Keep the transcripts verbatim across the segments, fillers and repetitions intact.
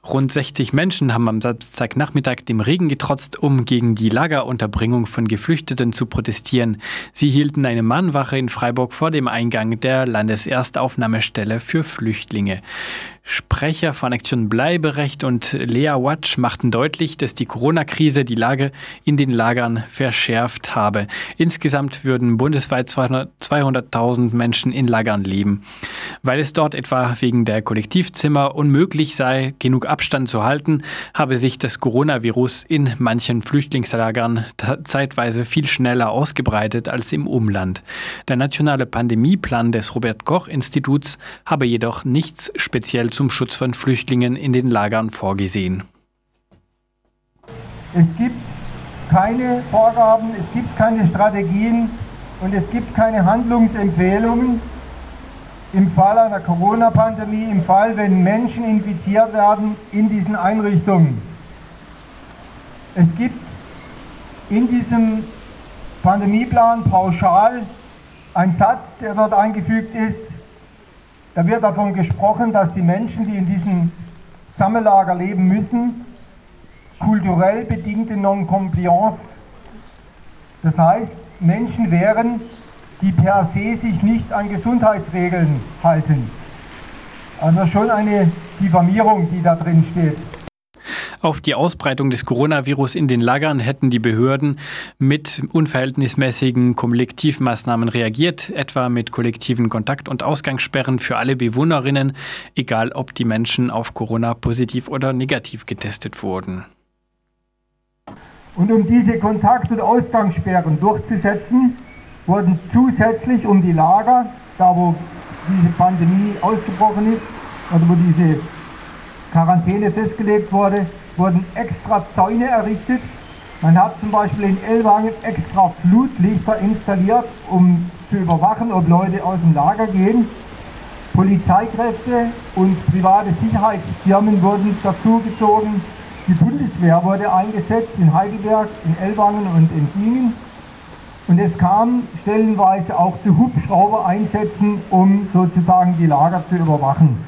Rund sechzig Menschen haben am Samstagnachmittag dem Regen getrotzt, um gegen die Lagerunterbringung von Geflüchteten zu protestieren. Sie hielten eine Mahnwache in Freiburg vor dem Eingang der Landeserstaufnahmestelle für Flüchtlinge. Sprecher von Aktion Bleiberecht und Lea Watsch machten deutlich, dass die Corona-Krise die Lage in den Lagern verschärft habe. Insgesamt würden bundesweit zweihunderttausend Menschen in Lagern leben. Weil es dort etwa wegen der Kollektivzimmer unmöglich sei, genug Abstand zu halten, habe sich das Coronavirus in manchen Flüchtlingslagern zeitweise viel schneller ausgebreitet als im Umland. Der nationale Pandemieplan des Robert-Koch-Instituts habe jedoch nichts speziell zum Schutz von Flüchtlingen in den Lagern vorgesehen. Es gibt keine Vorgaben, es gibt keine Strategien und es gibt keine Handlungsempfehlungen im Fall einer Corona-Pandemie, im Fall, wenn Menschen infiziert werden in diesen Einrichtungen. Es gibt in diesem Pandemieplan pauschal einen Satz, der dort eingefügt ist. Da wird davon gesprochen, dass die Menschen, die in diesem Sammellager leben müssen, kulturell bedingte Non-Compliance, das heißt Menschen wären, die per se sich nicht an Gesundheitsregeln halten. Also schon eine Diffamierung, die da drin steht. Auf die Ausbreitung des Coronavirus in den Lagern hätten die Behörden mit unverhältnismäßigen Kollektivmaßnahmen reagiert, etwa mit kollektiven Kontakt- und Ausgangssperren für alle Bewohnerinnen, egal ob die Menschen auf Corona positiv oder negativ getestet wurden. Und um diese Kontakt- und Ausgangssperren durchzusetzen, wurden zusätzlich um die Lager, da wo diese Pandemie ausgebrochen ist, oder wo diese Quarantäne festgelegt wurde, wurden extra Zäune errichtet. Man hat zum Beispiel in Ellwangen extra Flutlichter installiert, um zu überwachen, ob Leute aus dem Lager gehen. Polizeikräfte und private Sicherheitsfirmen wurden dazugezogen. Die Bundeswehr wurde eingesetzt in Heidelberg, in Ellwangen und in Singen. Und es kam stellenweise auch zu Hubschraubereinsätzen, um sozusagen die Lager zu überwachen.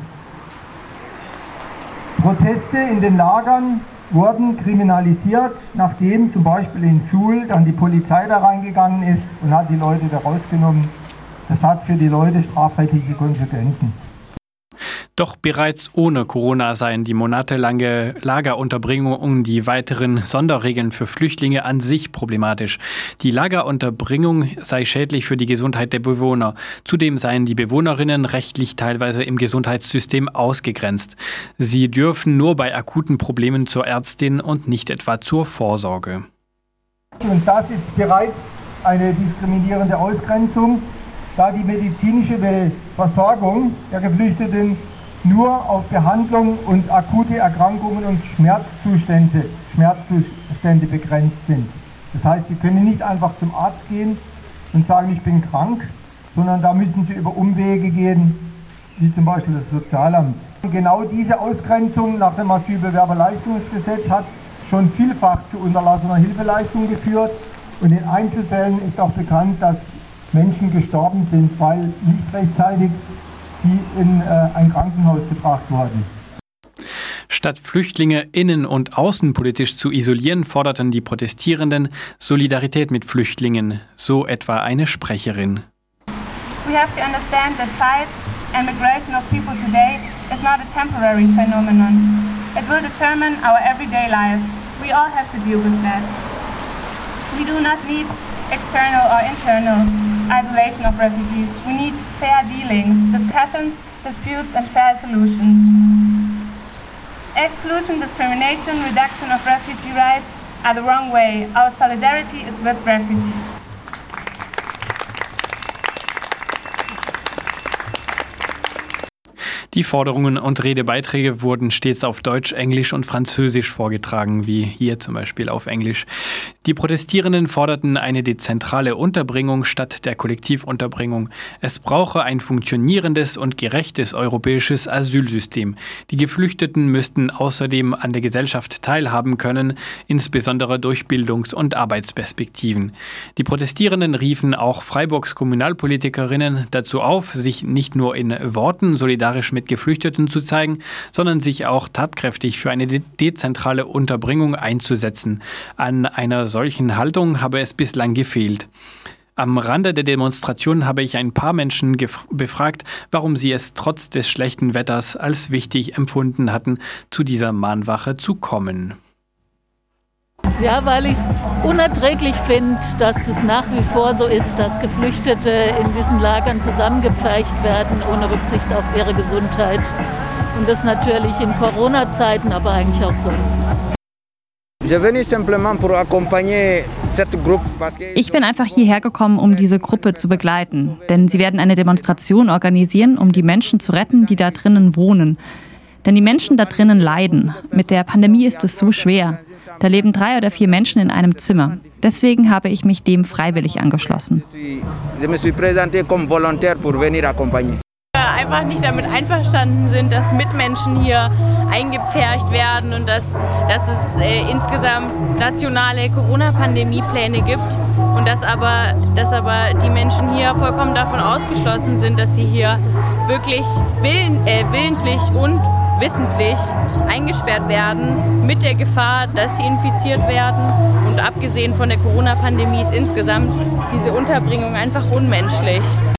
Proteste in den Lagern wurden kriminalisiert, nachdem zum Beispiel in Suhl dann die Polizei da reingegangen ist und hat die Leute da rausgenommen. Das hat für die Leute strafrechtliche Konsequenzen. Doch bereits ohne Corona seien die monatelange Lagerunterbringung und die weiteren Sonderregeln für Flüchtlinge an sich problematisch. Die Lagerunterbringung sei schädlich für die Gesundheit der Bewohner. Zudem seien die Bewohnerinnen rechtlich teilweise im Gesundheitssystem ausgegrenzt. Sie dürfen nur bei akuten Problemen zur Ärztin und nicht etwa zur Vorsorge. Und das ist bereits eine diskriminierende Ausgrenzung, da die medizinische Versorgung der Geflüchteten nur auf Behandlung und akute Erkrankungen und Schmerzzustände, Schmerzzustände begrenzt sind. Das heißt, sie können nicht einfach zum Arzt gehen und sagen, ich bin krank, sondern da müssen sie über Umwege gehen, wie zum Beispiel das Sozialamt. Und genau diese Ausgrenzung nach dem Asylbewerberleistungsgesetz hat schon vielfach zu unterlassener Hilfeleistung geführt und in Einzelfällen ist auch bekannt, dass Menschen gestorben sind, weil nicht rechtzeitig die in äh, ein Krankenhaus gebracht wurden. Statt Flüchtlinge innen- und außenpolitisch zu isolieren, forderten die Protestierenden Solidarität mit Flüchtlingen, so etwa eine Sprecherin. We have to understand that fight and migration of people today is not a temporary phenomenon. It will determine our everyday life. We all have to deal with that. We do not need external or internal isolation of refugees. We need fair dealings, discussions, disputes and fair solutions. Exclusion, discrimination, reduction of refugee rights are the wrong way. Our solidarity is with refugees. Die Forderungen und Redebeiträge wurden stets auf Deutsch, Englisch und Französisch vorgetragen, wie hier zum Beispiel auf Englisch. Die Protestierenden forderten eine dezentrale Unterbringung statt der Kollektivunterbringung. Es brauche ein funktionierendes und gerechtes europäisches Asylsystem. Die Geflüchteten müssten außerdem an der Gesellschaft teilhaben können, insbesondere durch Bildungs- und Arbeitsperspektiven. Die Protestierenden riefen auch Freiburgs Kommunalpolitikerinnen dazu auf, sich nicht nur in Worten solidarisch mit mit Geflüchteten zu zeigen, sondern sich auch tatkräftig für eine de- dezentrale Unterbringung einzusetzen. An einer solchen Haltung habe es bislang gefehlt. Am Rande der Demonstration habe ich ein paar Menschen gef- befragt, warum sie es trotz des schlechten Wetters als wichtig empfunden hatten, zu dieser Mahnwache zu kommen. Ja, weil ich es unerträglich finde, dass es nach wie vor so ist, dass Geflüchtete in diesen Lagern zusammengepfercht werden, ohne Rücksicht auf ihre Gesundheit. Und das natürlich in Corona-Zeiten, aber eigentlich auch sonst. Ich bin einfach hierher gekommen, um diese Gruppe zu begleiten. Denn sie werden eine Demonstration organisieren, um die Menschen zu retten, die da drinnen wohnen. Denn die Menschen da drinnen leiden. Mit der Pandemie ist es so schwer. Da leben drei oder vier Menschen in einem Zimmer. Deswegen habe ich mich dem freiwillig angeschlossen. Einfach nicht damit einverstanden sind, dass Mitmenschen hier eingepfercht werden und dass, dass es äh, insgesamt nationale Corona-Pandemie-Pläne gibt und dass aber, dass aber die Menschen hier vollkommen davon ausgeschlossen sind, dass sie hier wirklich willen, äh, willentlich und wissentlich eingesperrt werden mit der Gefahr, dass sie infiziert werden. Und abgesehen von der Corona-Pandemie ist insgesamt diese Unterbringung einfach unmenschlich.